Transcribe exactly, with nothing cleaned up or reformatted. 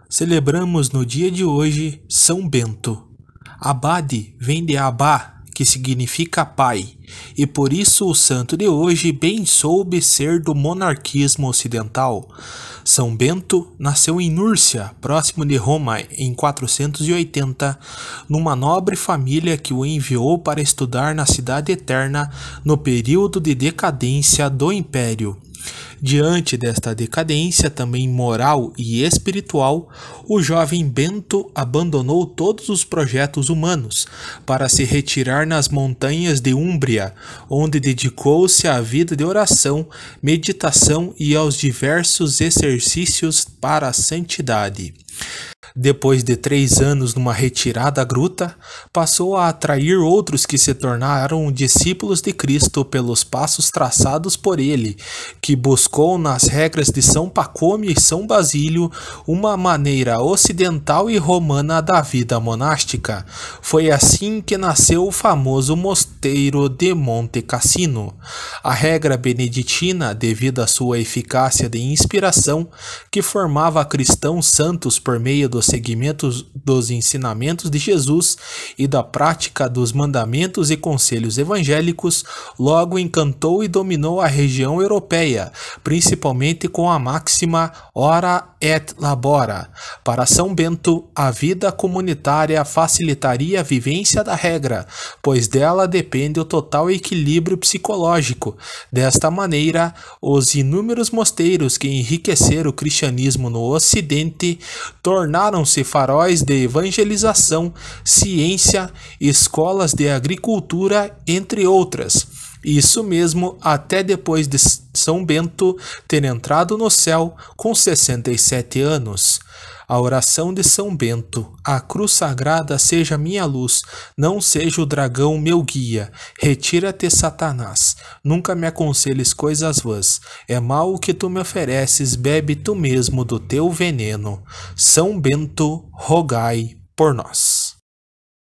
Celebramos no dia de hoje São Bento. Abade vem de Abá, que significa pai, e por isso o santo de hoje bem soube ser do monarquismo ocidental. São Bento nasceu em Núrcia, próximo de Roma, em quatrocentos e oitenta, numa nobre família que o enviou para estudar na Cidade Eterna no período de decadência do Império. Diante desta decadência, também moral e espiritual, o jovem Bento abandonou todos os projetos humanos para se retirar nas montanhas de Úmbria, onde dedicou-se à vida de oração, meditação e aos diversos exercícios para a santidade. Depois de três anos numa retirada gruta, passou a atrair outros que se tornaram discípulos de Cristo pelos passos traçados por ele, que buscou nas regras de São Pacômio e São Basílio uma maneira ocidental e romana da vida monástica. Foi assim que nasceu o famoso mosteiro de Monte Cassino. A regra beneditina, devido à sua eficácia de inspiração, que formava cristãos santos por meio dos seguimentos dos ensinamentos de Jesus e da prática dos mandamentos e conselhos evangélicos, logo encantou e dominou a região europeia, principalmente com a máxima ora et labora. Para São Bento, a vida comunitária facilitaria a vivência da regra, pois dela depende o total equilíbrio psicológico. Desta maneira, os inúmeros mosteiros que enriqueceram o cristianismo no Ocidente tornaram-se faróis de evangelização, ciência, escolas de agricultura, entre outras. Isso mesmo, até depois de São Bento ter entrado no céu com sessenta e sete anos. A oração de São Bento: a cruz sagrada seja minha luz, não seja o dragão meu guia. Retira-te, Satanás, nunca me aconselhes coisas vãs. É mal o que tu me ofereces, bebe tu mesmo do teu veneno. São Bento, rogai por nós.